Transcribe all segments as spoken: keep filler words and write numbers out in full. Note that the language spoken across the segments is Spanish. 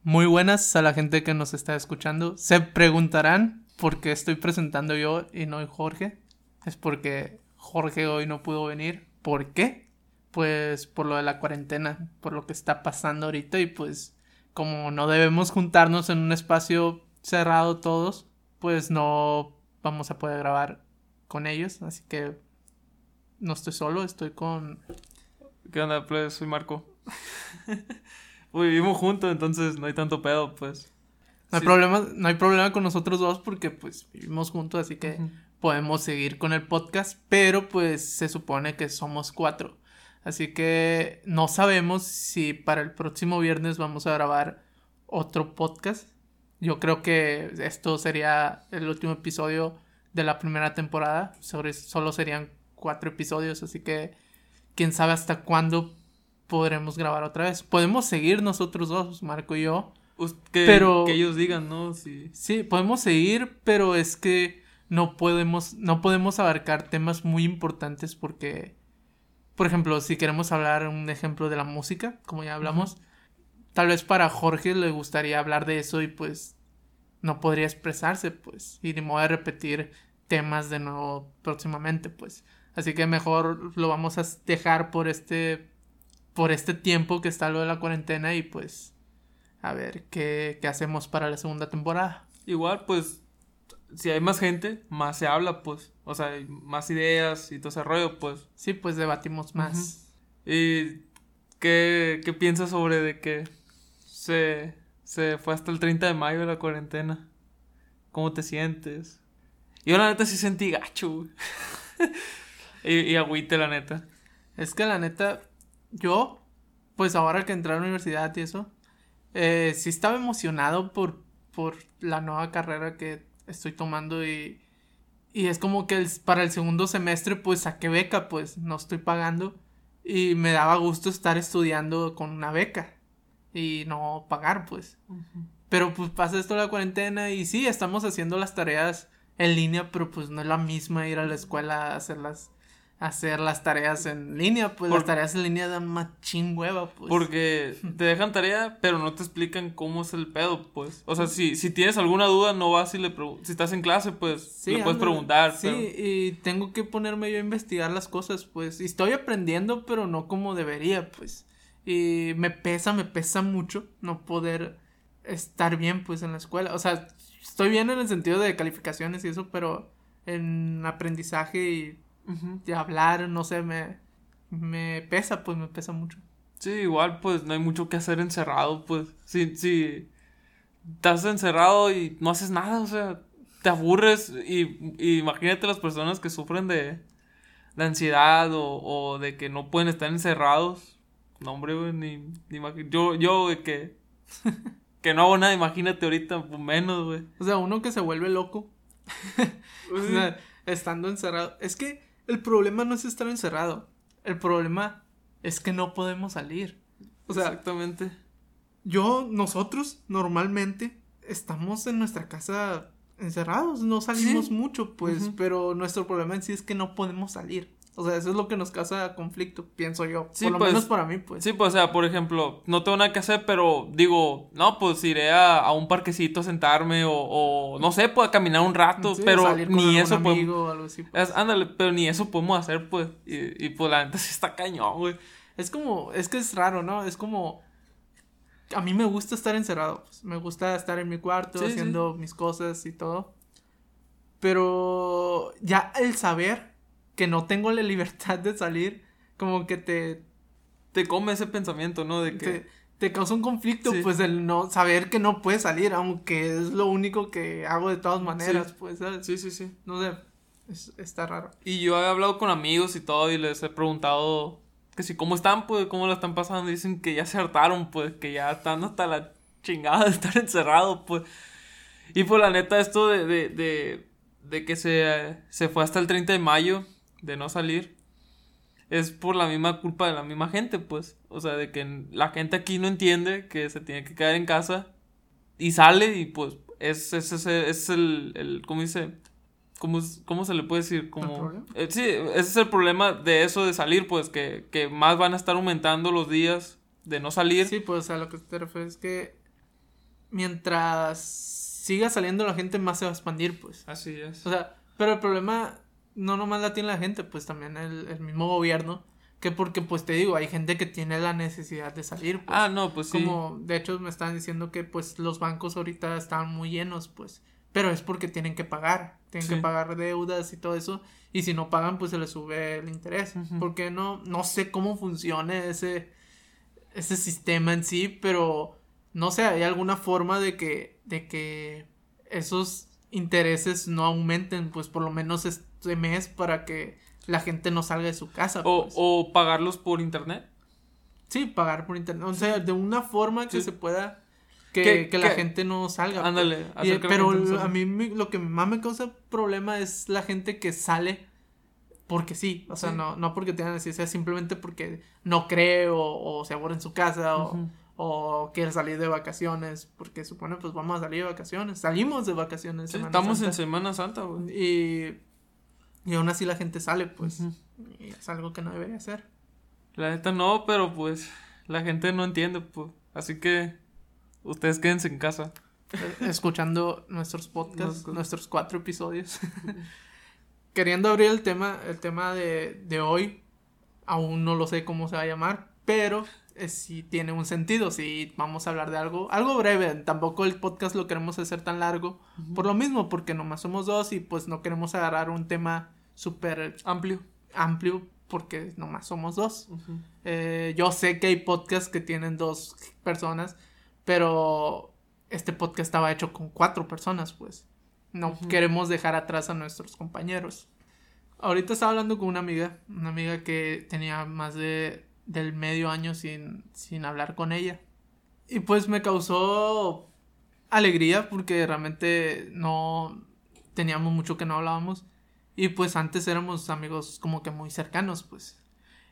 Muy buenas a la gente que nos está escuchando. Se preguntarán por qué estoy presentando yo y no Jorge. Es porque Jorge hoy no pudo venir. ¿Por qué? Pues por lo de la cuarentena, por lo que está pasando ahorita y pues como no debemos juntarnos en un espacio cerrado todos, pues no vamos a poder grabar con ellos. Así que no estoy solo, estoy con... ¿Qué onda, pues? Soy Marco. Uy, vivimos juntos, entonces no hay tanto pedo, pues. No hay Sí. problema, no hay problema con nosotros dos porque pues vivimos juntos, así que Ujú. podemos seguir con el podcast, pero pues se supone que somos cuatro. Así que no sabemos si para el próximo viernes vamos a grabar otro podcast. Yo creo que esto sería el último episodio de la primera temporada. Sobre, solo serían cuatro episodios, así que quién sabe hasta cuándo podremos grabar otra vez. Podemos seguir nosotros dos, Marco y yo. Us- Que, Pero- que ellos digan, ¿no? Sí. Sí, podemos seguir, pero es que no podemos, no podemos abarcar temas muy importantes porque, por ejemplo, si queremos hablar un ejemplo de la música, como ya hablamos, tal vez para Jorge le gustaría hablar de eso y pues no podría expresarse, pues, y ni modo de repetir temas de nuevo próximamente, pues. Así que mejor lo vamos a dejar por este, por este tiempo que está lo de la cuarentena y pues a ver qué, qué hacemos para la segunda temporada. Igual, pues, si hay más gente, más se habla, pues. O sea, hay más ideas y todo ese rollo, pues. Sí, pues debatimos más. ¿Y qué, qué piensas sobre de que se, se fue hasta el treinta de mayo la cuarentena? ¿Cómo te sientes? Yo la neta sí sentí gacho, güey. y, y agüite, la neta. Es que la neta, yo, pues ahora que entré a la universidad y eso, eh, sí estaba emocionado por, por la nueva carrera que estoy tomando y, y es como que el- para el segundo semestre pues saqué beca, pues no estoy pagando y me daba gusto estar estudiando con una beca y no pagar, pues. Pero pues pasa esto de la cuarentena y sí, estamos haciendo las tareas en línea, pero pues no es la misma ir a la escuela a hacerlas, a hacer las tareas en línea, pues Por- las tareas en línea dan machín hueva, pues. Porque te dejan tarea, pero no te explican cómo es el pedo, pues. O sea, si, si tienes alguna duda, no vas y le preguntas. Si estás en clase, pues, Sí, le puedes ándale. preguntar. Sí, pero- y tengo que ponerme yo a investigar las cosas, pues. Y estoy aprendiendo, pero no como debería, pues. Y me pesa, me pesa mucho no poder estar bien, pues, en la escuela. O sea, estoy bien en el sentido de calificaciones y eso, pero en aprendizaje y Ujú. de hablar, no sé, me, me pesa, pues, me pesa mucho. Sí, igual, pues, no hay mucho que hacer encerrado, pues. Si, si estás encerrado y no haces nada, o sea, te aburres. Y, y imagínate las personas que sufren de, de ansiedad o, o de que no pueden estar encerrados. No, hombre, güey, ni, ni imagi- Yo, yo, güey, que, que no hago nada, imagínate ahorita, pues, menos, güey. O sea, uno que se vuelve loco. O Sí. sea, estando encerrado. Es que el problema no es estar encerrado. El problema es que no podemos salir. O sea, Exactamente. yo, nosotros, normalmente, estamos en nuestra casa encerrados. No salimos Sí. mucho, pues. Ujú. Pero nuestro problema en sí es que no podemos salir. O sea, eso es lo que nos causa conflicto, pienso yo. Sí, Por lo pues, menos para mí, pues. Sí, pues, o sea, por ejemplo, no tengo nada que hacer, pero digo, no, pues iré a, a un parquecito a sentarme o, o no sé, pues a caminar un rato, Sí, pero salir con ni algún eso podemos, amigo o algo así, pues. es- ándale, pero ni eso podemos hacer, pues, y, y pues la neta sí está cañón, güey. Es como, es que es raro, ¿no? Es como, a mí me gusta estar encerrado, pues. Me gusta estar en mi cuarto Sí, haciendo mis cosas y todo. Pero ya el saber que no tengo la libertad de salir, como que te, Te come ese pensamiento, ¿no? De que, te, te causa un conflicto, Sí. pues el no, saber que no puedes salir, aunque es lo único que hago de todas maneras, Sí. pues, ¿sabes? sí, sí, sí. No sé, es- está raro. Y yo he hablado con amigos y todo y les he preguntado que si cómo están, pues, cómo la están pasando. Y dicen que ya se hartaron, pues, que ya están hasta la chingada de estar encerrados, pues. Y pues la neta esto de, de, de, de que se, se fue hasta el treinta de mayo de no salir es por la misma culpa de la misma gente, pues. O sea, de que la gente aquí no entiende que se tiene que quedar en casa y sale y pues es, es, es, es el, el, ¿cómo dice? ¿Cómo, es- cómo se le puede decir? Como, ¿El problema? eh, sí, ese es el problema de eso de salir, pues, que, que más van a estar aumentando los días de no salir. Sí, pues a lo que te refieres es que mientras siga saliendo la gente, más se va a expandir, pues. Así es. O sea, pero el problema no nomás la tiene la gente, pues también el, el mismo gobierno. Que porque, pues te digo, hay gente que tiene la necesidad de salir, pues. Ah, no, pues sí. Como, de hecho, me están diciendo que, pues, los bancos ahorita están muy llenos, pues. Pero es porque tienen que pagar. Tienen Sí. que pagar deudas y todo eso. Y si no pagan, pues se les sube el interés. Ujú. Porque no, no sé cómo funcione ese, ese sistema en sí, pero no sé, hay alguna forma de que, de que esos intereses no aumenten, pues por lo menos este mes para que la gente no salga de su casa. O, Pues. o pagarlos por internet. Sí, pagar por internet. O sea, de una forma que Sí. se pueda que, Que- que la que- gente no salga. Ándale, pues. hacer Y- que la pero gente no lo- salga. a mí me- lo que más me causa problema es la gente que sale porque sí. O sea, Sí. no, no porque tengan necesidad, simplemente porque no cree o, o se aburre en su casa o, Ujú. o quiere salir de vacaciones. Porque supone, pues vamos a salir de vacaciones. Salimos de vacaciones. Sí, Semana estamos Santa. en Semana Santa, güey. Y, y aún así la gente sale, pues. Ujú. Y es algo que no debería hacer. La neta no, pero pues la gente no entiende, pues. Así que ustedes quédense en casa. Escuchando nuestros podcasts, Nos- nuestros cuatro episodios. Queriendo abrir el tema, el tema de, de hoy, aún no lo sé cómo se va a llamar, pero eh, sí tiene un sentido, sí vamos a hablar de algo, algo breve, tampoco el podcast lo queremos hacer tan largo, Ujú. por lo mismo, porque nomás somos dos y pues no queremos agarrar un tema súper Amplio. amplio, porque nomás somos dos. Ujú. Eh, yo sé que hay podcasts que tienen dos personas, pero este podcast estaba hecho con cuatro personas, pues. No Ujú. queremos dejar atrás a nuestros compañeros. Ahorita estaba hablando con una amiga, una amiga que tenía más de del medio año sin, sin hablar con ella. Y pues me causó alegría porque realmente no teníamos mucho que no hablábamos. Y pues antes éramos amigos como que muy cercanos, pues.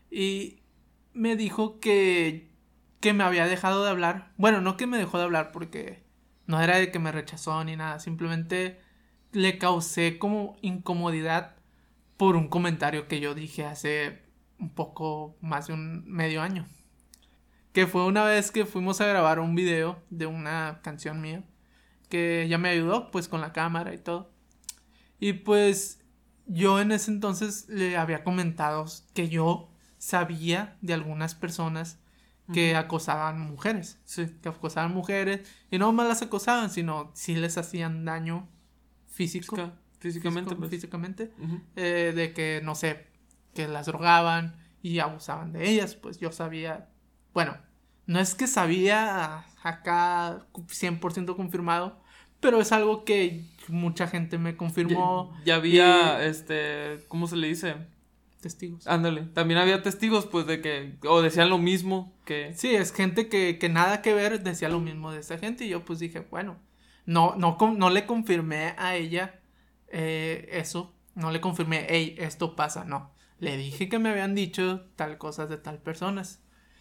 Y me dijo que, que me había dejado de hablar. Bueno, no que me dejó de hablar porque no era de que me rechazó ni nada. Simplemente le causé como incomodidad por un comentario que yo dije hace un poco más de un medio año. Que fue una vez que fuimos a grabar un video de una canción mía. Que ella me ayudó pues con la cámara y todo. Y pues yo en ese entonces le había comentado que yo sabía de algunas personas que Ujú. acosaban mujeres. Sí. Que acosaban mujeres. Y no más las acosaban, sino sí les hacían daño físico. Física- físicamente, físico- pues. físicamente. Ujú. eh, de que, no sé, que las drogaban y abusaban de ellas. Pues yo sabía. Bueno, no es que sabía acá cien por ciento confirmado. Pero es algo que mucha gente me confirmó. Ya, ya había, y- este, ¿cómo se le dice? Testigos. Ándale. También había testigos, pues, de que, o decían lo mismo que... Sí, es gente que, que nada que ver decía lo mismo de esta gente. Y yo pues dije, bueno, no, no, con- no le confirmé a ella eh, eso. No le confirmé, hey, esto pasa. No, le dije que me habían dicho tal cosas de tal personas.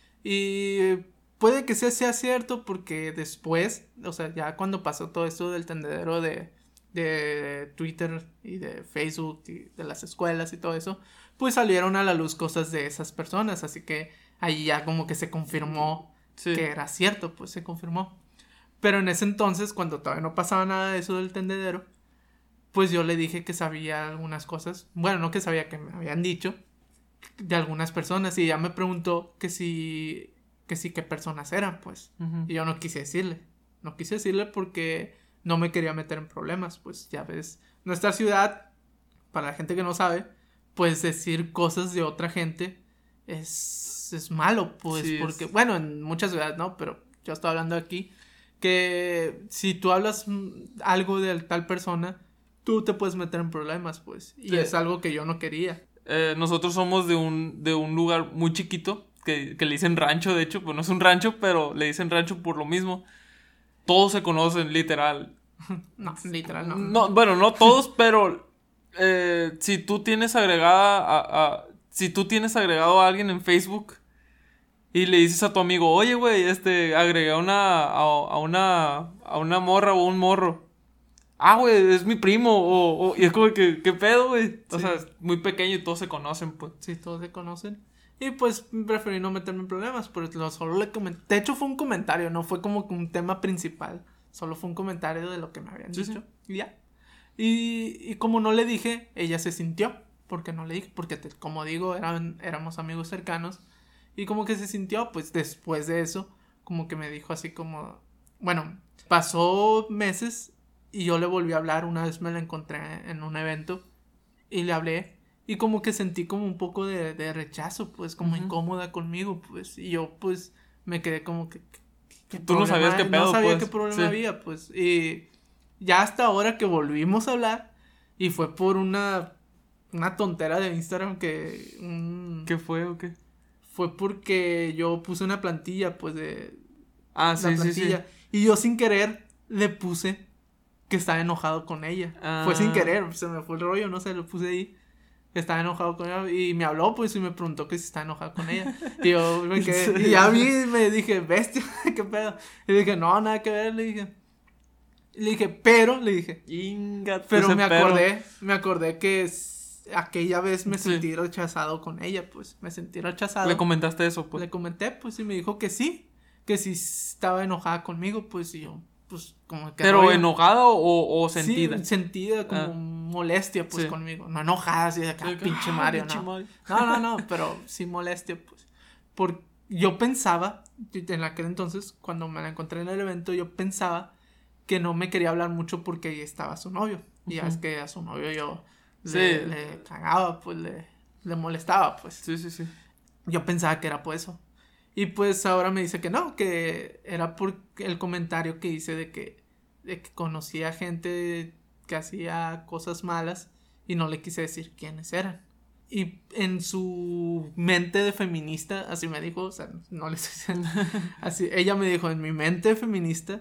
Y puede que sea, sea cierto porque después, o sea, ya cuando pasó todo esto del tendedero de, de Twitter y de Facebook y de las escuelas y todo eso, pues salieron a la luz cosas de esas personas. Así que ahí ya como que se confirmó Sí. que era cierto, pues se confirmó. Pero en ese entonces, cuando todavía no pasaba nada de eso del tendedero, pues yo le dije que sabía algunas cosas. Bueno, no que sabía, que me habían dicho de algunas personas. Y ella me preguntó que si, que si qué personas eran, pues. Ujú. Y yo no quise decirle. No quise decirle porque no me quería meter en problemas. Pues ya ves, nuestra ciudad, para la gente que no sabe, pues decir cosas de otra gente es, es malo, pues. Sí, porque, es- bueno, en muchas ciudades no, pero yo estoy hablando aquí que si tú hablas mm, algo de tal persona, tú te puedes meter en problemas, pues. Y Sí. es algo que yo no quería. Eh, nosotros somos de un, de un lugar muy chiquito, que, que le dicen rancho, de hecho, pues no es un rancho, pero le dicen rancho por lo mismo. Todos se conocen, literal. No, literal, no. No, bueno, no todos, pero eh, si tú tienes agregada a, a- si tú tienes agregado a alguien en Facebook y le dices a tu amigo, oye, güey, este, agregué a una, a, a una, a una morra o un morro. Ah, güey, es mi primo, o, o- y es como que, ¿qué pedo, güey? O Sí. sea, es muy pequeño y todos se conocen, pues. Sí, todos se conocen. Y pues preferí no meterme en problemas, pero lo- solo le comenté. De hecho fue un comentario, no fue como que un tema principal. Solo fue un comentario de lo que me habían Sí, dicho. sí. Y ya. Y, y como no le dije, ella se sintió. Porque no le dije. Porque, te, como digo, eran, éramos amigos cercanos. Y como que se sintió, pues después de eso, como que me dijo así como... Bueno, pasó meses y yo le volví a hablar. Una vez me la encontré en un evento y le hablé. Y como que sentí como un poco de, de rechazo, pues, como uh-huh. incómoda conmigo, pues. Y yo, pues, me quedé como que... ¿Qué Tú no sabías qué pedo, No sabía pues. qué problema Sí. había, pues. Y ya hasta ahora que volvimos a hablar, y fue por una, una tontera de Instagram que... Um, ¿Qué fue o qué? Fue porque yo puse una plantilla, pues, de... Ah, sí, sí, sí. Y yo sin querer le puse que estaba enojado con ella. Ah. Fue sin querer, se me fue el rollo, no sé, lo puse ahí. Estaba enojado con ella y me habló, pues, y me preguntó que si estaba enojado con ella. Y yo me quedé, y a mí me dije, bestia, qué pedo. Y le dije, no, nada que ver, le dije. Le dije, pero, le dije. Inga, pero me acordé, pero... me acordé que aquella vez me sí. sentí rechazado con ella, pues, me sentí rechazado. ¿Le comentaste eso, pues? Le comenté, pues, y me dijo que sí, que sí estaba enojada conmigo, pues, y yo... Pues, como que ¿Pero rollo. enojada o, o sentida? Sí, sentida, como ah. molestia, pues, sí. conmigo. No enojada, así de acá, sí, pinche Mario, ¿no? Mario. No, no, no, pero sí molestia, pues. Porque yo pensaba, en aquel entonces, cuando me la encontré en el evento, yo pensaba que no me quería hablar mucho porque ahí estaba su novio. Y uh-huh. ya es que a su novio yo sí. le, le cagaba, pues, le, le molestaba, pues. Sí, sí, sí. Yo pensaba que era por eso. Y pues ahora me dice que no, que era por el comentario que hice de que, de que conocía gente que hacía cosas malas y no le quise decir quiénes eran. Y en su mente de feminista, así me dijo, o sea, no le estoy diciendo, así, ella me dijo, en mi mente feminista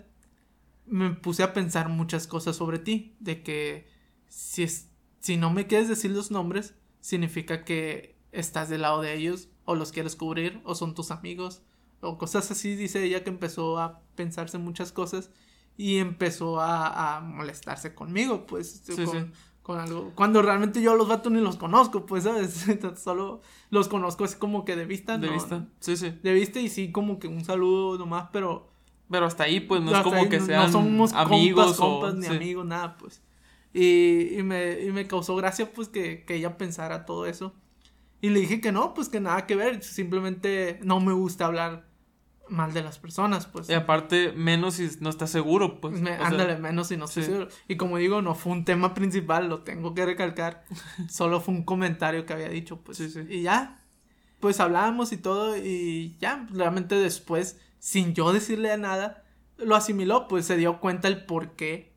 me puse a pensar muchas cosas sobre ti, de que si, es, si no me quieres decir los nombres, significa que estás del lado de ellos, o los quieres cubrir, o son tus amigos, o cosas así. Dice ella que empezó a pensarse muchas cosas y empezó a, a molestarse conmigo, pues, sí, con, sí. con algo, cuando realmente yo a los vatos ni los conozco, pues, ¿sabes? Solo los conozco así como que de vista, de ¿no? vista, sí, sí, de vista, y sí como que un saludo nomás, pero pero hasta ahí, pues, no es como ahí, que no, sean no somos amigos compas, compas o... ni sí. amigos, nada, pues. Y, y, me, y me causó gracia, pues, que, que ella pensara todo eso. Y le dije que no, pues que nada que ver, simplemente no me gusta hablar mal de las personas, pues. Y aparte, menos si no estás seguro, pues. Me, ándale, sea, menos si no estoy sí. seguro. Y como digo, no fue un tema principal, lo tengo que recalcar. Solo fue un comentario que había dicho, pues. Sí, sí. Y ya, pues hablábamos y todo, y ya, realmente después, sin yo decirle a nada, lo asimiló, pues se dio cuenta el por qué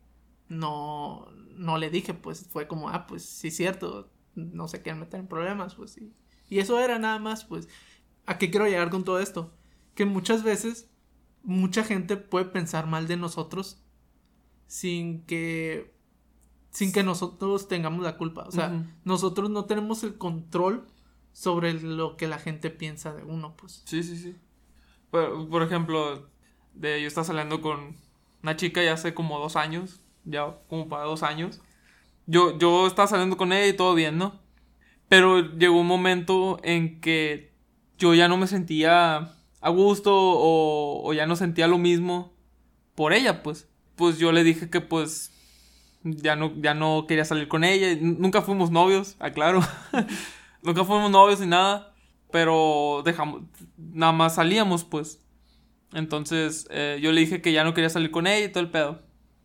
no, no le dije, pues fue como, ah, pues sí, cierto, no se quieren meter en problemas, pues sí. Y eso era nada más, pues. ¿A qué quiero llegar con todo esto? Que muchas veces mucha gente puede pensar mal de nosotros sin que sin que nosotros tengamos la culpa. O sea, uh-huh. nosotros no tenemos el control sobre lo que la gente piensa de uno, pues. Sí, sí, sí. Por, por ejemplo, de yo estaba saliendo con una chica ya hace como dos años, ya como para dos años. Yo, yo estaba saliendo con ella y todo bien, ¿no? Pero llegó un momento en que yo ya no me sentía a gusto o, o ya no sentía lo mismo por ella, pues. Pues yo le dije que pues ya no, ya no quería salir con ella. Nunca fuimos novios, aclaro. Nunca fuimos novios ni nada. Pero dejamos, nada más salíamos, pues. Entonces eh, yo le dije que ya no quería salir con ella y todo el pedo.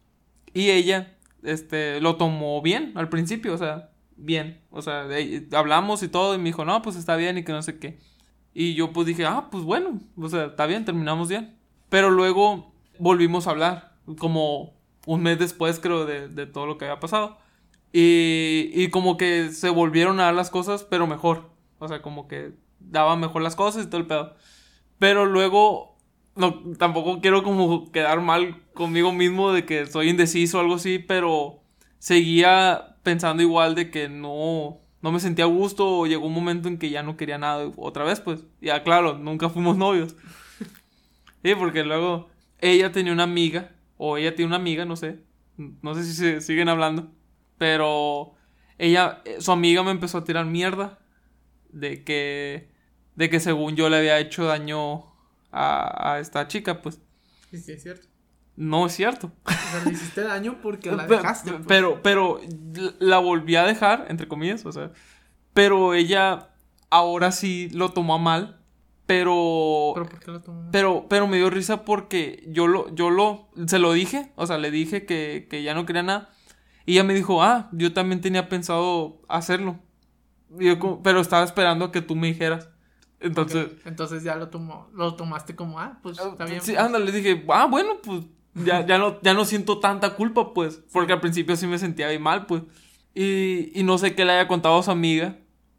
Y ella este, lo tomó bien al principio, o sea, bien. O sea, de, hablamos y todo y me dijo, no, pues está bien y que no sé qué. Y yo pues dije, ah, pues bueno, o sea, está bien, terminamos bien. Pero luego volvimos a hablar, como un mes después creo de, de todo lo que había pasado. Y, y como que se volvieron a dar las cosas, pero mejor. O sea, como que daba mejor las cosas y todo el pedo. Pero luego, no, tampoco quiero como quedar mal conmigo mismo de que soy indeciso o algo así, pero seguía pensando igual de que no... No me sentía a gusto o llegó un momento en que ya no quería nada otra vez, pues. Ya, claro, nunca fuimos novios. Sí, porque luego ella tenía una amiga, o ella tiene una amiga, no sé. No sé si se siguen hablando. Pero ella, su amiga me empezó a tirar mierda. De que, de que según yo le había hecho daño a, a esta chica, pues. Sí, sí, es cierto. no es cierto. O sea, le hiciste daño porque la Pe- dejaste. Pues. Pero, pero la volví a dejar, entre comillas, o sea. Pero ella ahora sí lo tomó a mal. Pero. ¿Pero por qué lo tomó? Pero, pero me dio risa porque yo lo, yo lo, se lo dije, o sea, le dije que, que ya no quería nada. Y ella me dijo, ah, yo también tenía pensado hacerlo. Y yo como- pero estaba esperando a que tú me dijeras. Entonces, Ok, entonces ya lo tomó, lo tomaste como, ah, pues está bien. sí, pues. ándale, dije, ah, bueno, pues ya, ya, no, ya no siento tanta culpa, pues. Porque al principio sí me sentía bien mal, pues. Y, y no sé qué le haya contado a su amiga.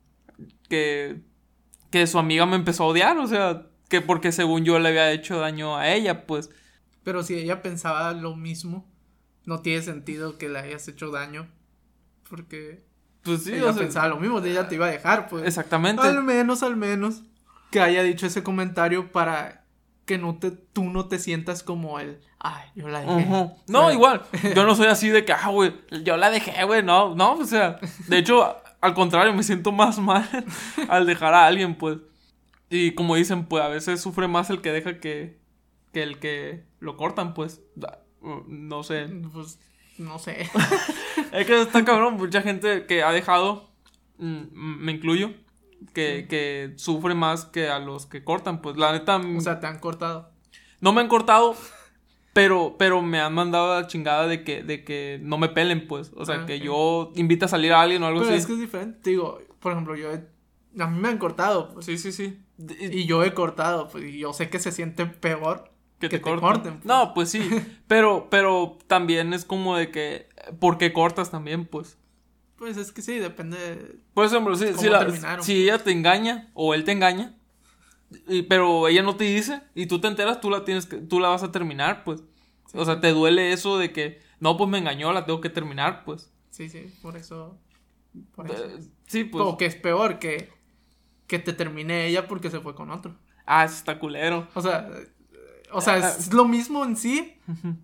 Que, que su amiga me empezó a odiar, o sea, que porque según yo le había hecho daño a ella, pues. Pero si ella pensaba lo mismo, no tiene sentido que le hayas hecho daño. Porque Pues sí, ella o sea, pensaba lo mismo, ella te iba a dejar, pues. exactamente. Al menos, al menos, que haya dicho ese comentario para que no te, tú no te sientas como el, ay, yo la dejé. Ujú. No, ¿sabes? igual. Yo no soy así de que, ah, güey, yo la dejé, güey. No, no, o sea, de hecho, al contrario, me siento más mal al dejar a alguien, pues. Y como dicen, pues a veces sufre más el que deja que, que el que lo cortan, pues. Da- No sé. Pues, no sé. Es que está cabrón, mucha gente que ha dejado, mm, me incluyo, que, Sí. que sufre más que a los que cortan, pues. La neta, O sea, te han cortado. no me han cortado, pero, pero me han mandado a la chingada de que, de que no me pelen, pues. O sea, Ah, que ok. yo invite a salir a alguien o algo Pero así. es que es diferente. Te digo, por ejemplo, yo he- a mí me han cortado, pues. Sí, sí, sí. Y- Y yo he cortado, pues. Y yo sé que se siente peor que que te, te corten. corten, pues. No, pues sí. pero, pero también es como de que, ¿por qué cortas también, pues? Pues es que sí, depende. de- Por ejemplo, si, ¿Cómo si, la- terminaron? si ella te engaña o él te engaña, y- pero ella no te dice y tú te enteras, tú la tienes que, tú la vas a terminar, pues. Sí, O sea, sí. te duele eso de que, no, pues me engañó, la tengo que terminar, pues. Sí, sí, por eso. Por eso. Eh, sí, pues. O que es peor que, que te termine ella porque se fue con otro. Ah, eso está culero. O sea, eh, o sea, es lo mismo en sí,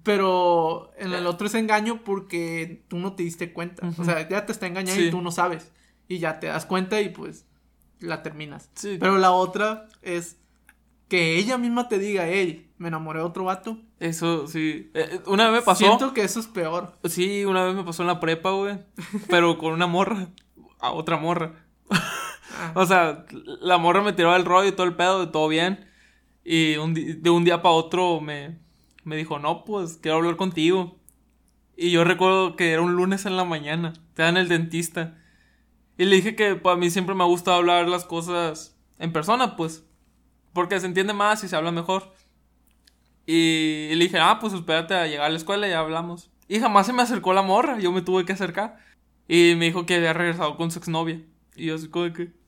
pero en el otro es engaño porque tú no te diste cuenta. O sea, ya te está engañando Sí. y tú no sabes. Y ya te das cuenta y pues la terminas. Sí. Pero la otra es que ella misma te diga, hey, me enamoré de otro vato. Eso, sí. Eh, eh, una vez me pasó. Siento que eso es peor. Sí, una vez me pasó en la prepa, güey. Pero con una morra. A otra morra. Ah, O sea, la morra me tiró el rollo y todo el pedo, todo bien. Y un di- de un día para otro me, me dijo, no, pues quiero hablar contigo. Y yo recuerdo que era un lunes en la mañana. Estaba en el dentista. Y le dije que pues, a mí siempre me ha gustado hablar las cosas en persona, pues. Porque se entiende más y se habla mejor. Y, y le dije, ah, pues espérate a llegar a la escuela y ya hablamos. Y jamás se me acercó la morra, yo me tuve que acercar. Y me dijo que había regresado con su exnovia. Y yo así como de que...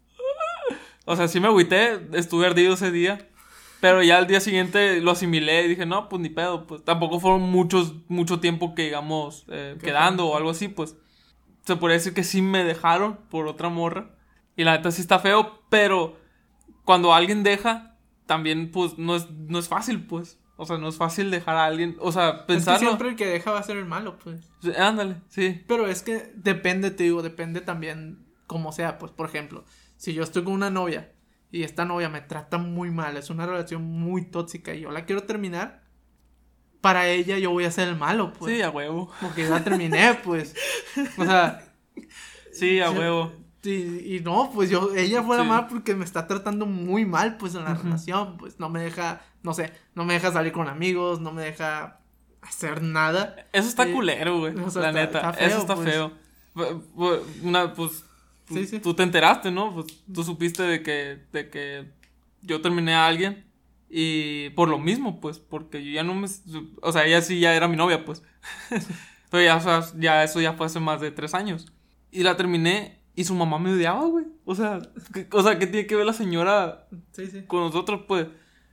O sea, sí me agüité, estuve ardido ese día. Pero ya al día siguiente lo asimilé y dije, no, pues ni pedo. Pues tampoco fueron muchos, mucho tiempo que digamos eh, ¿Qué quedando fue? o algo así, pues. Se podría decir que sí me dejaron por otra morra. Y la neta sí está feo, pero cuando alguien deja, también pues no es, no es fácil, pues. O sea, no es fácil dejar a alguien, o sea, es que pensarlo. siempre el que deja va a ser el malo, pues. Sí, ándale, sí. Pero es que depende, te digo, depende también como sea, pues, por ejemplo, si yo estoy con una novia y esta novia me trata muy mal, es una relación muy tóxica y yo la quiero terminar, para ella yo voy a ser el malo, pues. Sí, a huevo. Porque ya la terminé, pues. O sea, Sí, a yo- huevo. y, y no, pues yo, ella fue la Sí. mala porque me está tratando muy mal, pues, en la Ujú. relación, pues, no me deja, no sé, no me deja salir con amigos, no me deja hacer nada. Eso está Sí. culero, güey. O sea, La está- neta. está feo, Eso está pues. feo. Bu- bu- Una, pues. Sí, sí. Tú te enteraste, ¿no? Pues tú supiste de que, de que yo terminé a alguien. Y por lo mismo, pues. Porque yo ya no me. O sea, ella sí ya era mi novia, pues. Pero ya, o sea, ya eso ya fue hace más de tres años. Y la terminé. Y su mamá me odiaba, güey. O sea, ¿qué, o sea, ¿qué tiene que ver la señora Sí, sí. con nosotros, pues?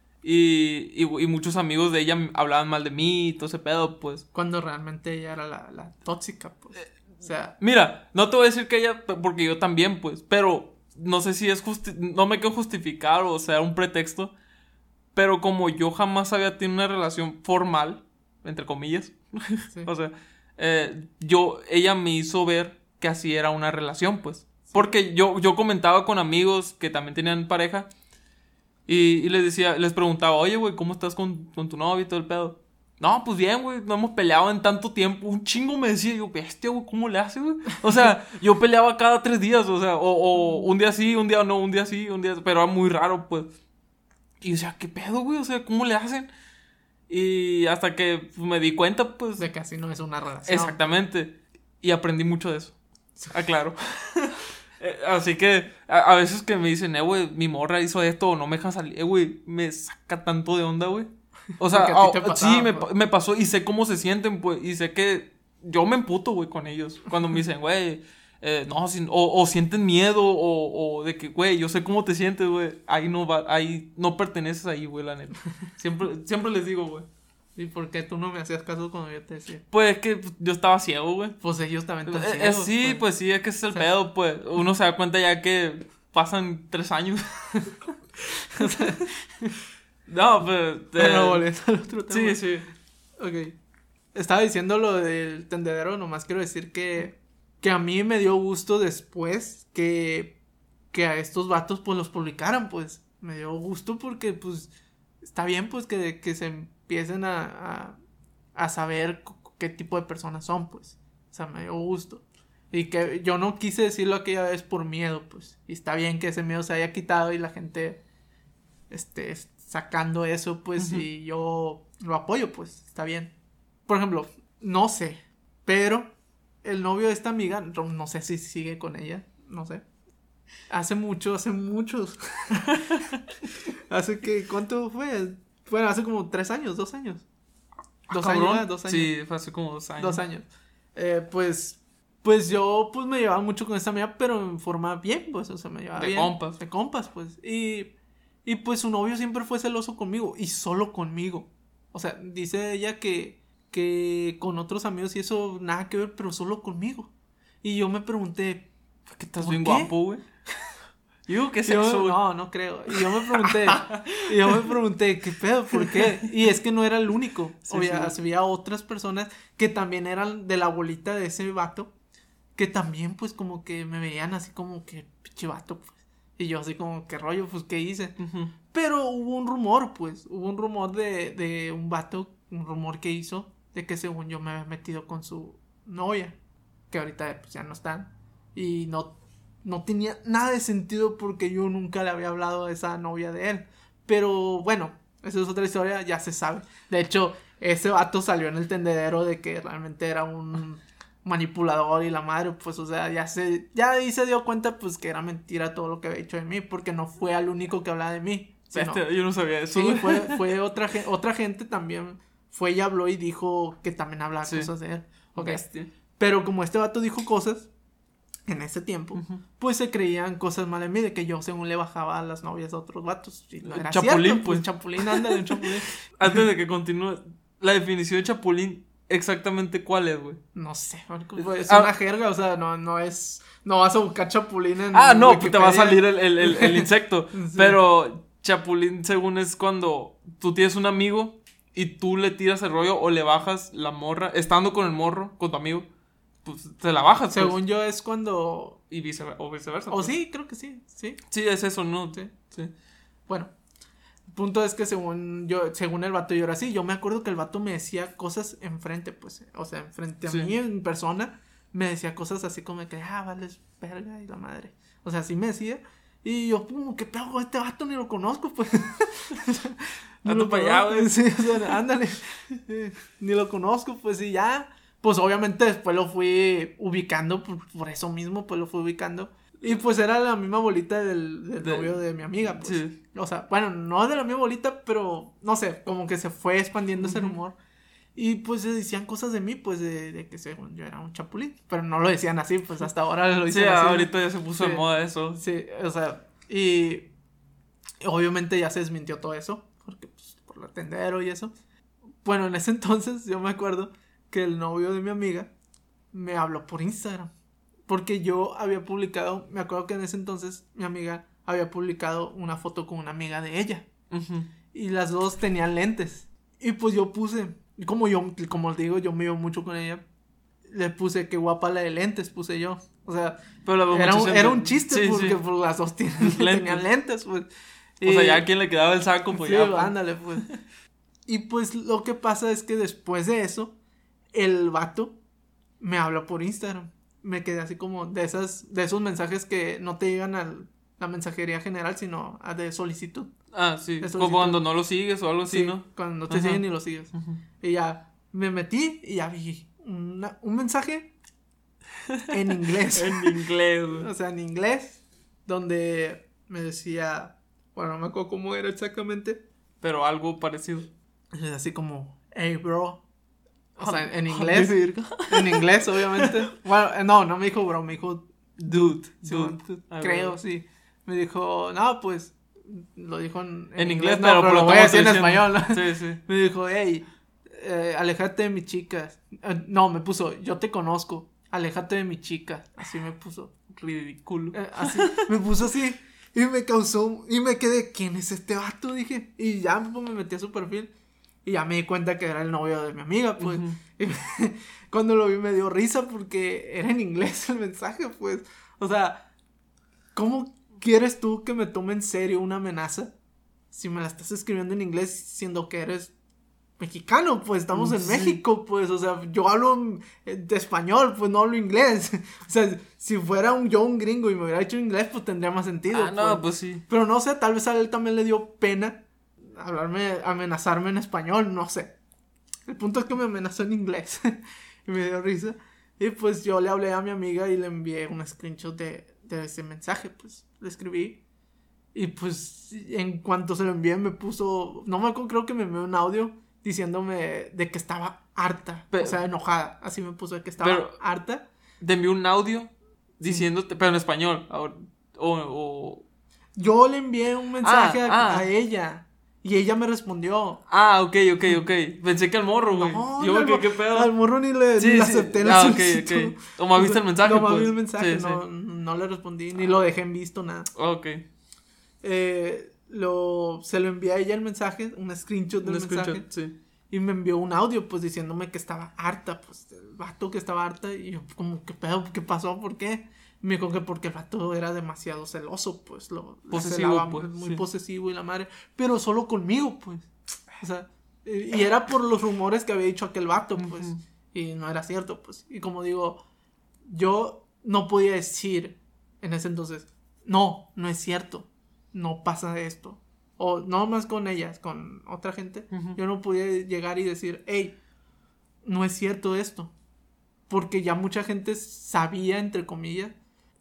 Y, y, y muchos amigos de ella hablaban mal de mí y todo ese pedo, pues. Cuando realmente ella era la, la tóxica, pues. O sea, Mira, no te voy a decir que ella, porque yo también, pues, pero no sé si es justi- no me quiero justificar o sea un pretexto, pero como yo jamás había tenido una relación formal, entre comillas, sí. o sea, eh, yo, ella me hizo ver que así era una relación, pues, porque yo, yo comentaba con amigos que también tenían pareja y, y les decía, les preguntaba, oye, güey, ¿cómo estás con, con tu novio y todo el pedo? no, pues bien, güey, no hemos peleado en tanto tiempo. Un chingo me decía, yo, bestia, güey, ¿cómo le hace, güey? O sea, yo peleaba cada tres días, o sea, o, o un día sí, un día no, un día sí, un día... Pero era muy raro, pues. Y o sea, ¿qué pedo, güey? O sea, ¿cómo le hacen? Y hasta que me di cuenta, pues... De que así no es una relación. Exactamente. Y aprendí mucho de eso. Aclaro. Así que a, a veces que me dicen, eh, güey, mi morra hizo esto o no me deja salir, eh, güey, me saca tanto de onda, güey. O sea, oh, pasaba, sí, me, me pasó y sé cómo se sienten, pues, y sé que yo me emputo, güey, con ellos. Cuando me dicen, güey, eh, no, si, o, o sienten miedo, o, o de que, güey, yo sé cómo te sientes, güey, ahí no va, ahí no perteneces ahí, güey, la neta. Siempre, siempre les digo, güey. ¿Y por qué tú no me hacías caso cuando yo te decía? Pues es que yo estaba ciego, güey. Pues ellos también están eh, ciegos. Eh, sí, pues. pues sí, es que ese es el o sea, pedo, pues. Uno se da cuenta ya que pasan tres años. No, pues... Eh, bueno, volviendo al otro tema. Sí, sí. Ok. Estaba diciendo lo del tendedero, nomás quiero decir que... Que a mí me dio gusto después que... Que a estos vatos, pues, los publicaran, pues. Me dio gusto porque, pues... Está bien, pues, que, que se empiecen a... A, a saber qué tipo de personas son, pues. O sea, me dio gusto. Y que yo no quise decirlo aquella vez por miedo, pues. Y está bien que ese miedo se haya quitado y la gente... Este... sacando eso, pues, uh-huh. Y yo lo apoyo, pues, está bien. Por ejemplo, no sé, pero el novio de esta amiga, no sé si sigue con ella, no sé. Hace mucho, hace muchos. Hace que, ¿cuánto fue? Bueno, hace como tres años, dos años. Dos ¿Cabrón? años, dos años. Sí, fue hace como dos años. Dos años. Eh, pues, pues yo, pues, me llevaba mucho con esta amiga, pero en forma bien, pues, o sea, me llevaba de bien. De compas. De compas, pues, y... Y pues su novio siempre fue celoso conmigo. Y solo conmigo. O sea, dice ella que, que con otros amigos y eso nada que ver, pero solo conmigo. Y yo me pregunté, ¿qué estás bien qué? guapo, güey? Yo, ¿qué es yo, eso, güey? No, no creo. Y yo me pregunté, y yo me pregunté, ¿qué pedo? ¿Por qué? Y es que no era el único. Sí, Obvia, sí. Había otras personas que también eran de la bolita de ese vato. Que también, pues, como que me veían así como que, pinche vato, pues. Y yo así como, ¿qué rollo? Pues, ¿qué hice? Uh-huh. Pero hubo un rumor, pues. Hubo un rumor de, de un vato, un rumor que hizo, de que según yo me había metido con su novia. Que ahorita, pues, ya no están. Y no, no tenía nada de sentido porque yo nunca le había hablado a esa novia de él. Pero, bueno, esa es otra historia, ya se sabe. De hecho, ese vato salió en el tendedero de que realmente era un... manipulador y la madre, pues, o sea, ya se, ya ahí se dio cuenta, pues, que era mentira todo lo que había hecho de mí, porque no fue al único que hablaba de mí. Sino, este, yo no sabía eso. Sí, fue, fue otra, otra gente también, fue y habló y dijo que también hablaba sí. cosas de él. Okay. Bestia. Pero como este vato dijo cosas, en ese tiempo, uh-huh. pues se creían cosas mal en mí, de que yo según le bajaba a las novias a otros vatos. Y no era chapulín, cierto, pues. pues, chapulín, ándale, un chapulín. Antes de que continúe, la definición de chapulín, exactamente cuál es, güey. No sé, es ah, una jerga, o sea, no, no es, no vas a buscar chapulín en Ah, no, pues te va a salir el, el, el, el insecto. Sí. Pero chapulín, según es cuando tú tienes un amigo y tú le tiras el rollo o le bajas la morra, estando con el morro, con tu amigo, pues te la bajas. Según pues. yo es cuando... Y viceversa. O viceversa. O pues. sí, creo que sí, sí. Sí, es eso, ¿no? Sí, sí. Bueno. El punto es que según yo, según el vato yo era así, yo me acuerdo que el vato me decía cosas enfrente, pues, o sea, enfrente a sí. mí en persona, me decía cosas así como que, ah, vales verga y la madre, o sea, así me decía, y yo como, ¿qué pedo con este vato? Ni lo conozco, pues, ni lo para allá, güey, sí, o sea, ándale, ni lo conozco, pues, y ya, pues, obviamente después lo fui ubicando, por, por eso mismo, pues, lo fui ubicando. Y pues era la misma bolita del, del de, novio de mi amiga, pues. Sí. O sea, bueno, no de la misma bolita, pero no sé, como que se fue expandiendo uh-huh. ese rumor. Y pues se decían cosas de mí, pues de, de que según yo era un chapulín. Pero no lo decían así, pues hasta ahora lo dicen sí, así. Sí, ahorita ya se puso sí, de moda eso. Sí, o sea, y obviamente ya se desmintió todo eso, porque pues por el tendero y eso. Bueno, en ese entonces yo me acuerdo que el novio de mi amiga me habló por Instagram. Porque yo había publicado, me acuerdo que en ese entonces mi amiga había publicado una foto con una amiga de ella. Uh-huh. Y las dos tenían lentes. Y pues yo puse, como yo, como digo, yo me iba mucho con ella. Le puse, qué guapa la de lentes, puse yo. O sea, Pero era, un, era un chiste sí, porque sí. Pues, las dos tienen, lentes. tenían lentes, pues. O y, sea, ya a quien le quedaba el saco, pues sí, ya. Pues. ándale, pues. Y pues lo que pasa es que después de eso, el vato me habla por Instagram. Me quedé así como de esas, de esos mensajes que no te llegan a la mensajería general, sino a de solicitud. Ah, sí. De Como solicitud. cuando no lo sigues o algo así, Sí, ¿no? cuando no te Ajá. siguen ni lo sigues. Ujú. Y ya me metí y ya vi una- un mensaje en inglés. En inglés, güey. O sea, en inglés, donde me decía, bueno, no me acuerdo cómo era exactamente, Pero algo parecido. así como, hey, bro. O sea, en Ah, inglés. de verga. En inglés, obviamente. Bueno, eh, no, no me dijo bro, me dijo Dude, sí, dude. bueno, Ah, creo, güey. sí. Me dijo, no, pues, lo dijo en, En inglés, no, pero, pero lo lo voy a estamos decir en diciendo. español. Sí, sí. Me dijo, hey, eh, aléjate de mi chica. Eh, no, me puso, yo te conozco, aléjate de mi chica. Así me puso. Ridículo. Eh, así, me puso así. Y me causó, y me quedé, ¿quién es este vato? Dije, y ya pues, me metí a su perfil. Y ya me di cuenta que era el novio de mi amiga, pues. Ujú. Y me- cuando lo vi me dio risa porque era en inglés el mensaje, pues. O sea, ¿cómo quieres tú que me tome en serio una amenaza si me la estás escribiendo en inglés siendo que eres mexicano? Pues estamos en Sí. México, pues. O sea, yo hablo eh, de español, pues no hablo inglés. O sea, si fuera un, yo un gringo y me hubiera hecho inglés, pues tendría más sentido. Ah, no, pues sí. Pero no sé, tal vez a él también le dio pena hablarme, amenazarme en español, no sé. El punto es que me amenazó en inglés y me dio risa. Y pues yo le hablé a mi amiga y le envié un screenshot de, de ese mensaje, pues le escribí. Y pues en cuanto se lo envié me puso, no me acuerdo, creo que me envió un audio diciéndome de que estaba harta, Pero- o sea, enojada. Así me puso de que estaba Pero- harta. Te envió un audio diciéndote, pero en español. ahora- O, o- Yo le envié un mensaje Ah, a, ah. a ella y ella me respondió. Ah, ok, ok, ok. Pensé que al morro, güey. No, Yo, al ¿qué, mor- qué pedo? Al morro ni le, Sí, ni le sí. acepté la Ah, ok, solicitud. ok. Nomás O viste sea, el mensaje, nomás pues. vi el mensaje, Sí, no, sí. no le respondí, ni lo dejé en visto, nada. Ok. Eh, lo, se lo envié a ella el mensaje, un screenshot del Un mensaje. screenshot, sí. Y me envió un audio, pues, diciéndome que estaba harta, pues, el vato que estaba harta. Y yo, como, ¿qué pedo? ¿Qué pasó? ¿Por qué? Me dijo que porque el vato era demasiado celoso, pues, lo la Posesivo, celaba, pues, muy sí. posesivo y la madre. Pero solo conmigo, pues. O sea, y y era por los rumores que había dicho aquel vato, pues. Ujú. Y no era cierto, pues. Y como digo, yo no podía decir en ese entonces, no, no es cierto, no pasa esto. O no más con ellas, con otra gente. Ujú. Yo no podía llegar y decir, hey, no es cierto esto. Porque ya mucha gente sabía, entre comillas,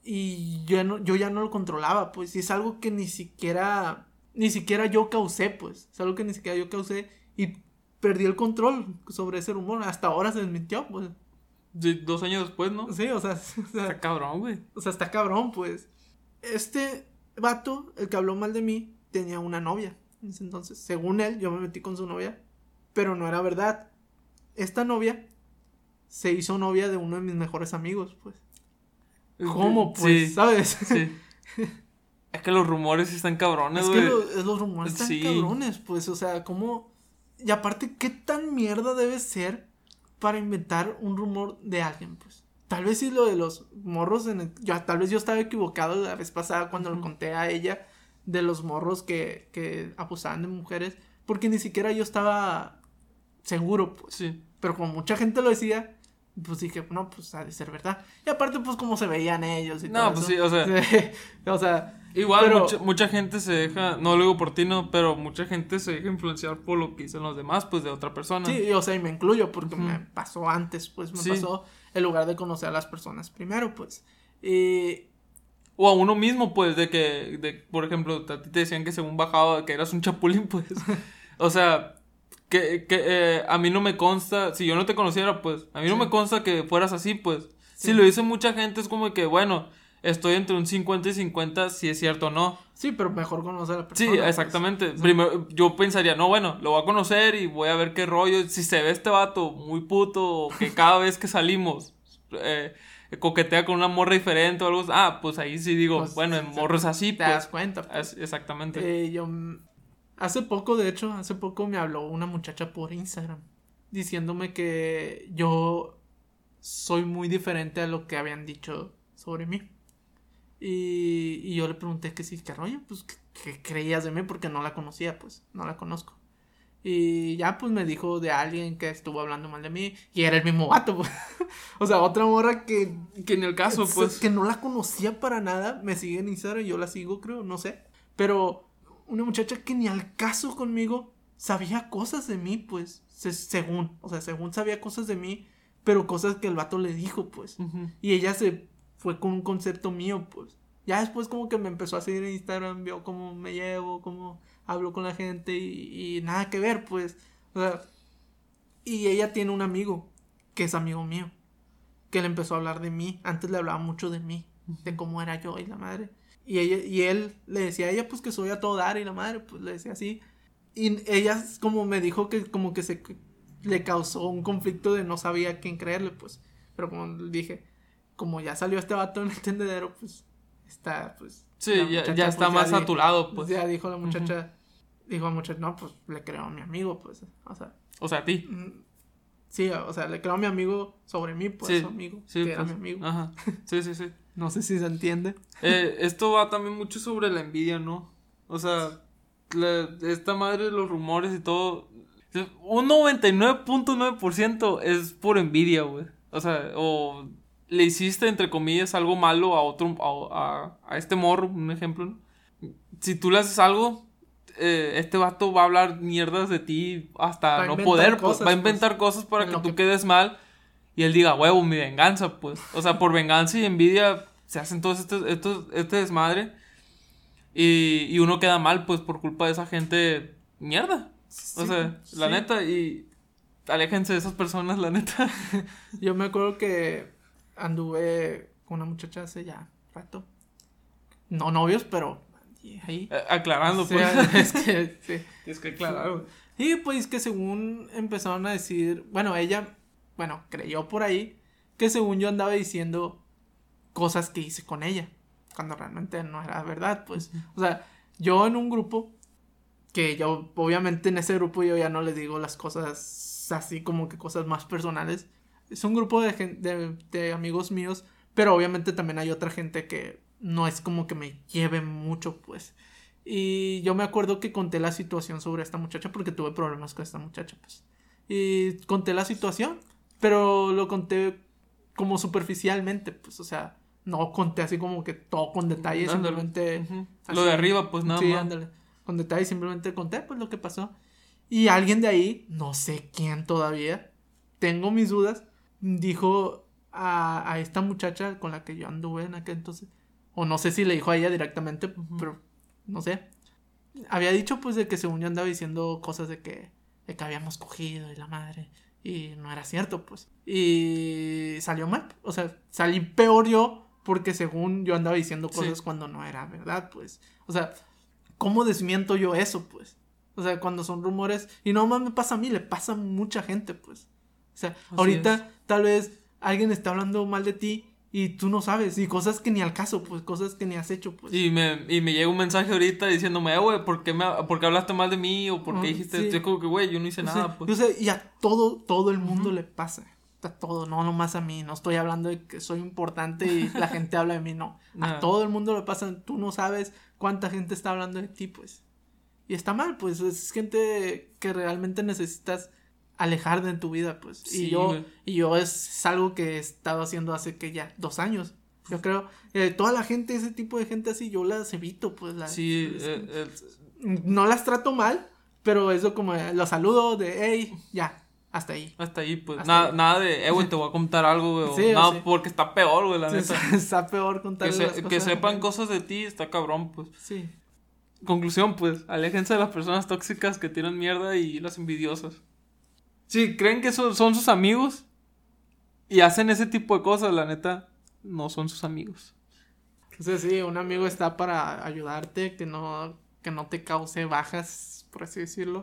y yo, no, yo ya no lo controlaba, pues. Y es algo que ni siquiera, ni siquiera yo causé, pues. Es algo que ni siquiera yo causé y perdí el control sobre ese rumor. Hasta ahora se desmintió, pues. Sí, dos años después, ¿no? Sí, o sea, o sea, Está cabrón, güey. o sea, está cabrón, pues. Este vato, el que habló mal de mí, tenía una novia. En ese entonces, según él, yo me metí con su novia, pero no era verdad. Esta novia se hizo novia de uno de mis mejores amigos, pues. ¿Cómo, pues? Sí, ¿Sabes? sí. Es que los rumores están cabrones, Es güey. que lo- los rumores están Sí. cabrones, pues. O sea, ¿cómo? Y aparte, ¿qué tan mierda debe ser para inventar un rumor de alguien, pues? Tal vez sí lo de los morros en el... ya, tal vez yo estaba equivocado la vez pasada cuando Ujú. le conté a ella de los morros que, que abusaban de mujeres, porque ni siquiera yo estaba seguro, pues. Sí. Pero como mucha gente lo decía, pues dije, no, pues ha de ser verdad. Y aparte, pues como se veían ellos y No, todo pues eso. sí, o sea. o sea, Igual, pero- mucha, mucha gente se deja, no lo digo por ti, no, pero mucha gente se deja influenciar por lo que dicen los demás, pues de otra persona. sí, o sea, y me incluyo porque Ujú. me pasó antes, pues me Sí. pasó en lugar de conocer a las personas primero, pues. Y O a uno mismo, pues, de que, de, por ejemplo, a ti te decían que según bajaba, que eras un chapulín, pues. O sea, que, que eh, a mí no me consta, si yo no te conociera, pues, a mí no Sí. me consta que fueras así, pues. Sí. Si lo dice mucha gente, es como que, bueno, estoy entre un cincuenta y cincuenta si es cierto o no. sí, pero mejor conocer a la Sí, persona. pues. exactamente. Sí. Primero, yo pensaría, no, bueno, lo voy a conocer y voy a ver qué rollo. Si se ve este vato muy puto, o que cada vez que salimos eh, coquetea con una morra diferente o algo, ah, pues ahí sí digo, Pues, bueno, sí, en sí, morro es así, Te pues. das cuenta, pues. Es- exactamente. Eh, yo mm, hace poco, de hecho, hace poco me habló una muchacha por Instagram diciéndome que yo soy muy diferente a lo que habían dicho sobre mí. Y, y yo le pregunté que sí, qué rollo, pues, ¿qué, qué creías de mí? Porque no la conocía, pues, no la conozco. Y ya pues me dijo de alguien que estuvo hablando mal de mí. Y era el mismo vato, pues. O sea, otra morra que... Que en el caso, es, pues. Que no la conocía para nada. Me sigue en Instagram, yo la sigo, creo, no sé. Pero una muchacha que ni al caso conmigo sabía cosas de mí, pues. Se, según, o sea, según sabía cosas de mí, pero cosas que el vato le dijo, pues. Uh-huh. Y ella se fue con un concepto mío, pues. Ya después como que me empezó a seguir en Instagram, vio cómo me llevo, cómo hablo con la gente y, y nada que ver, pues. O sea, y ella tiene un amigo que es amigo mío, que le empezó a hablar de mí. Antes le hablaba mucho de mí, de cómo era yo y la madre. Y ella y él le decía a ella, pues, que soy a todo dar y la madre, pues, le decía así. Y ella como me dijo que como que se le causó un conflicto de no sabía a quién creerle, pues. Pero como dije, como ya salió este vato en el tendedero, pues, está, pues... Sí, ya, muchacha, ya está pues, más ya a tu lado, pues. Ya dijo la muchacha, uh-huh. dijo la muchacha, no, pues, le creo a mi amigo, pues, o sea... O sea, a ti. Sí, o sea, le creo a mi amigo sobre mí, pues, sí, su amigo, sí, que pues, era mi amigo. Ajá, sí, sí, sí. No sé si se entiende. Eh, esto va también mucho sobre la envidia, ¿no? O sea, la, esta madre de los rumores y todo, un noventa y nueve punto nueve por ciento es por envidia, güey. O sea, o le hiciste, entre comillas, algo malo a otro, a, a, a este morro, un ejemplo, ¿no? Si tú le haces algo, eh, este vato va a hablar mierdas de ti hasta no poder, cosas, pues, va a inventar pues, cosas para que tú que... quedes mal y él diga, huevo, mi venganza, pues. O sea, por venganza y envidia se hacen todos estos, estos, este desmadre y, y uno queda mal, pues, por culpa de esa gente mierda. O sí, sea, sí. La neta, y aléjense de esas personas, la neta. Yo me acuerdo que anduve con una muchacha hace ya rato. No novios, pero ahí. Eh, aclarando, sí, pues. Es que, sí. Es que aclarar. Y pues que según empezaron a decir, bueno, ella, bueno, creyó por ahí que según yo andaba diciendo cosas que hice con ella, cuando realmente no era verdad, pues. Uh-huh. O sea, yo en un grupo, que yo, obviamente en ese grupo yo ya no les digo las cosas así como que cosas más personales. Es un grupo de, de, de amigos míos, pero obviamente también hay otra gente que no es como que me lleve mucho, pues. Y yo me acuerdo que conté la situación sobre esta muchacha porque tuve problemas con esta muchacha, pues. Y conté la situación, pero lo conté como superficialmente, pues, o sea, no conté así como que todo con detalle, ándale. Simplemente... Uh-huh. Así, lo de arriba, pues, nada sí, más. Ándale. Con detalle simplemente conté, pues, lo que pasó. Y alguien de ahí, no sé quién todavía, tengo mis dudas, dijo a, a esta muchacha con la que yo anduve en aquel entonces, o no sé si le dijo a ella directamente, uh-huh. pero no sé. Había dicho, pues, de que según yo andaba diciendo cosas de que, de que habíamos cogido y la madre... Y no era cierto, pues. Y salió mal. O sea, salí peor yo porque según yo andaba diciendo cosas sí. cuando no era verdad, pues. O sea, ¿cómo desmiento yo eso, pues? O sea, cuando son rumores... Y no más me pasa a mí, le pasa a mucha gente, pues. O sea, así ahorita es. Tal vez alguien está hablando mal de ti y tú no sabes. Y cosas que ni al caso, pues. Cosas que ni has hecho, pues. Y me, y me llega un mensaje ahorita diciéndome, eh, güey, ¿por qué, me, ¿por qué hablaste mal de mí? O ¿por qué uh, dijiste? Sí. Yo como que, güey, yo no hice o nada, sea, pues. Yo sé, y a todo, todo el mundo uh-huh. le pasa. A todo, no nomás a mí. No estoy hablando de que soy importante y la gente habla de mí, no. A nah. todo el mundo le pasa. Tú no sabes cuánta gente está hablando de ti, pues. Y está mal, pues. Es gente que realmente necesitas alejar de tu vida, pues. Sí, y yo, güey. y yo es, es algo que he estado haciendo hace que ya dos años. Yo creo, eh, toda la gente, ese tipo de gente así, yo las evito, pues. Las, sí, es, eh, eh, no las trato mal, pero eso como eh, los saludo de, hey, ya, hasta ahí. Hasta ahí, pues. Hasta nada, ahí. nada de, eh, güey, te voy a contar algo, güey. Sí, nada, sí. porque está peor, güey, la sí, neta. Está peor contar que, se, las cosas que sepan de... cosas de ti, está cabrón, pues. Sí. Conclusión, pues, aléjense de las personas tóxicas que tiran mierda y las envidiosas. Si creen que son, son sus amigos y hacen ese tipo de cosas, la neta, no son sus amigos. Entonces sí, un amigo está para ayudarte, que no, que no te cause bajas, por así decirlo.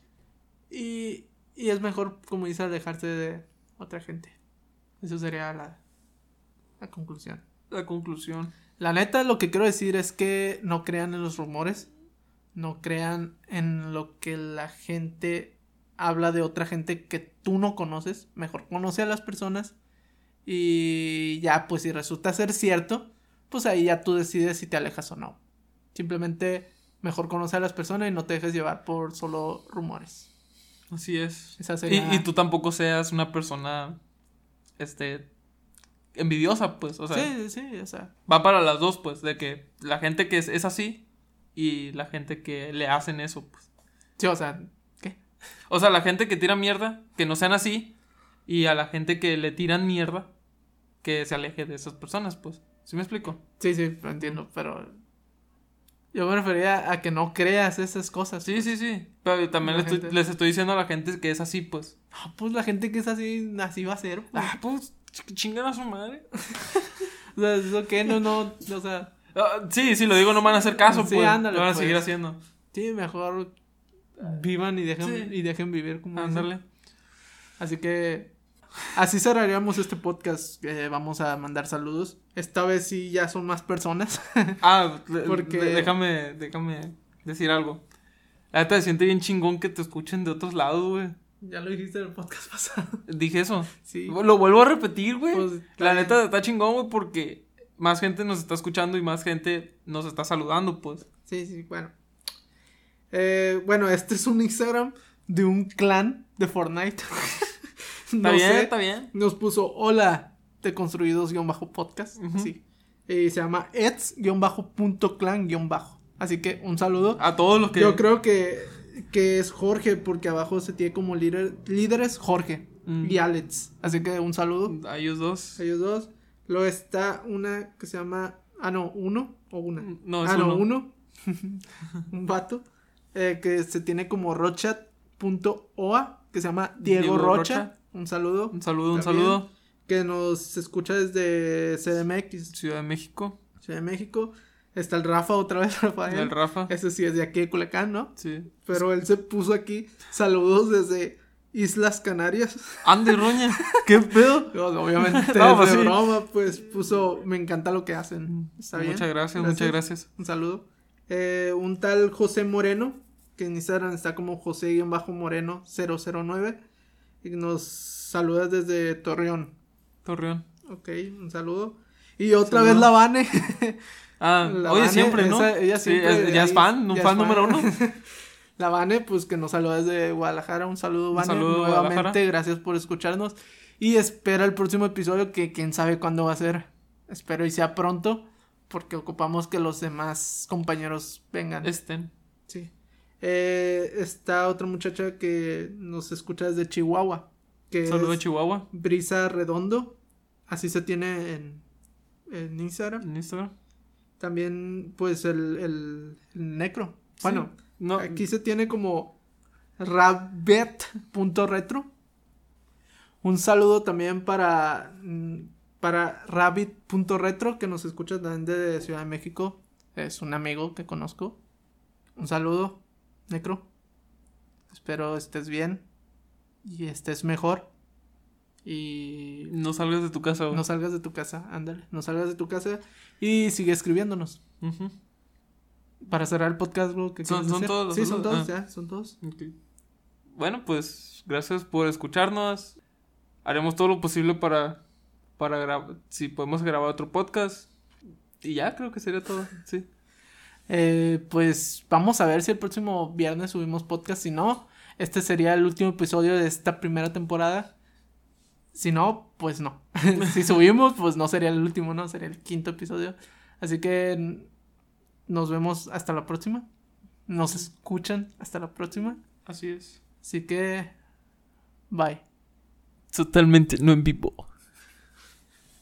Y, y es mejor, como dices, alejarse de otra gente. Eso sería la, la conclusión. La conclusión. La neta, lo que quiero decir es que no crean en los rumores. No crean en lo que la gente habla de otra gente que tú no conoces. Mejor conoce a las personas. Y ya, pues si resulta ser cierto, pues ahí ya tú decides si te alejas o no. Simplemente mejor conoce a las personas y no te dejes llevar por solo rumores. Así es. Esa sería... y, y tú tampoco seas una persona, este, envidiosa, pues, o sea. Sí, sí, o sea. Va para las dos, pues, de que la gente que es, es así y la gente que le hacen eso, pues. Sí, o sea, ¿qué? O sea, la gente que tira mierda, que no sean así, y a la gente que le tiran mierda, que se aleje de esas personas, pues. ¿Sí me explico? Sí, sí, lo entiendo, pero yo me refería a que no creas esas cosas. Sí, sí, sí. Pero también les estoy, les estoy diciendo a la gente que es así, pues. Ah, pues la gente que es así, así va a ser. Pues. Ah, pues, chingan a su madre. O sea, ¿eso qué? No, no, o sea... Uh, sí, sí, lo digo, no van a hacer caso, sí, pues. Ándale, lo van a pues. seguir haciendo. Sí, mejor vivan y dejen, sí. y dejen vivir como Ándale. dicen. Así que así cerraríamos este podcast. Eh, vamos a mandar saludos. Esta vez sí ya son más personas. Ah, porque de, déjame, déjame decir algo. La neta se siente bien chingón que te escuchen de otros lados, güey. Ya lo dijiste en el podcast pasado. Dije eso. Sí. Lo vuelvo a repetir, güey. Pues, la bien. neta está chingón, güey, porque más gente nos está escuchando y más gente nos está saludando, pues. Sí, sí, bueno. Eh, bueno, este es un Instagram de un clan de Fortnite. Está No bien, sé. está bien. Nos puso hola deconstruidos-podcast. Ujú. Sí. Y se llama eds-punto-clan-. Así que un saludo. A todos los que... Yo creo que, que es Jorge, porque abajo se tiene como líder, líderes Jorge Mm. y Alex. Así que un saludo A ellos dos. a ellos dos. Luego está una que se llama... Ah, no, uno o una. No, es ah, no, uno. uno. Un vato. Eh, que se tiene como rochat.oa, que se llama Diego, Diego Rocha. Rocha. Un saludo. Un saludo, un También, saludo. que nos escucha desde C D M X, Ciudad de México. Ciudad de México. Está el Rafa otra vez, Rafael. El Rafa. Ese sí es de aquí de Culiacán, ¿no? Sí. Pero él se puso aquí saludos desde Islas Canarias. Ande, roña. ¿Qué pedo? Pues, obviamente No, es pues de sí. broma, pues puso me encanta lo que hacen. ¿Está bien? Muchas gracias, muchas gracias. Un saludo. Eh, un tal José Moreno, que en Instagram está como José-Moreno cero cero nueve. Y nos saluda desde Torreón. Torreón. Ok, un saludo. Y otra Saludo. vez la Vane. Ah, La oye, Vane, siempre, ¿no? esa- ella Sí, siempre es- ya es ahí- fan, un ya fan es número uno. La Vane, pues que nos saluda desde Guadalajara. Un saludo, Un Vane. saludo, Nuevamente, Guadalajara. gracias por escucharnos. Y espera el próximo episodio, que quién sabe cuándo va a ser. Espero y sea pronto, porque ocupamos que los demás compañeros vengan. Estén. Sí. Eh, está otra muchacha que nos escucha desde Chihuahua. Que Saludo de es Chihuahua. Brisa Redondo. Así se tiene en, en Instagram. En Instagram. También, pues, el, el, el necro. Bueno, Sí. No, aquí se tiene como rabbit.retro. Un saludo también para, mm, para rabbit.retro, que nos escucha también de Ciudad de México. Es un amigo que conozco. Un saludo, necro. Espero estés bien y estés mejor. Y no salgas de tu casa, güey. no salgas de tu casa, ándale. No salgas de tu casa y sigue escribiéndonos. Ujú. Para cerrar el podcast, bro, ¿qué Son- quieres son decir? todos los Sí, son saludos. todos, Ah. ya, son todos. Ok. Bueno, pues gracias por escucharnos. Haremos todo lo posible para, para grabar, si podemos grabar otro podcast. Y ya, creo que sería todo, sí. Eh, pues vamos a ver si el próximo viernes subimos podcast. Si no, este sería el último episodio de esta primera temporada. Si no, pues no. Si subimos, pues no sería el último, ¿no? Sería el quinto episodio. Así que n- nos vemos hasta la próxima. Nos escuchan hasta la próxima. Así es. Así que, bye. Totalmente no en vivo.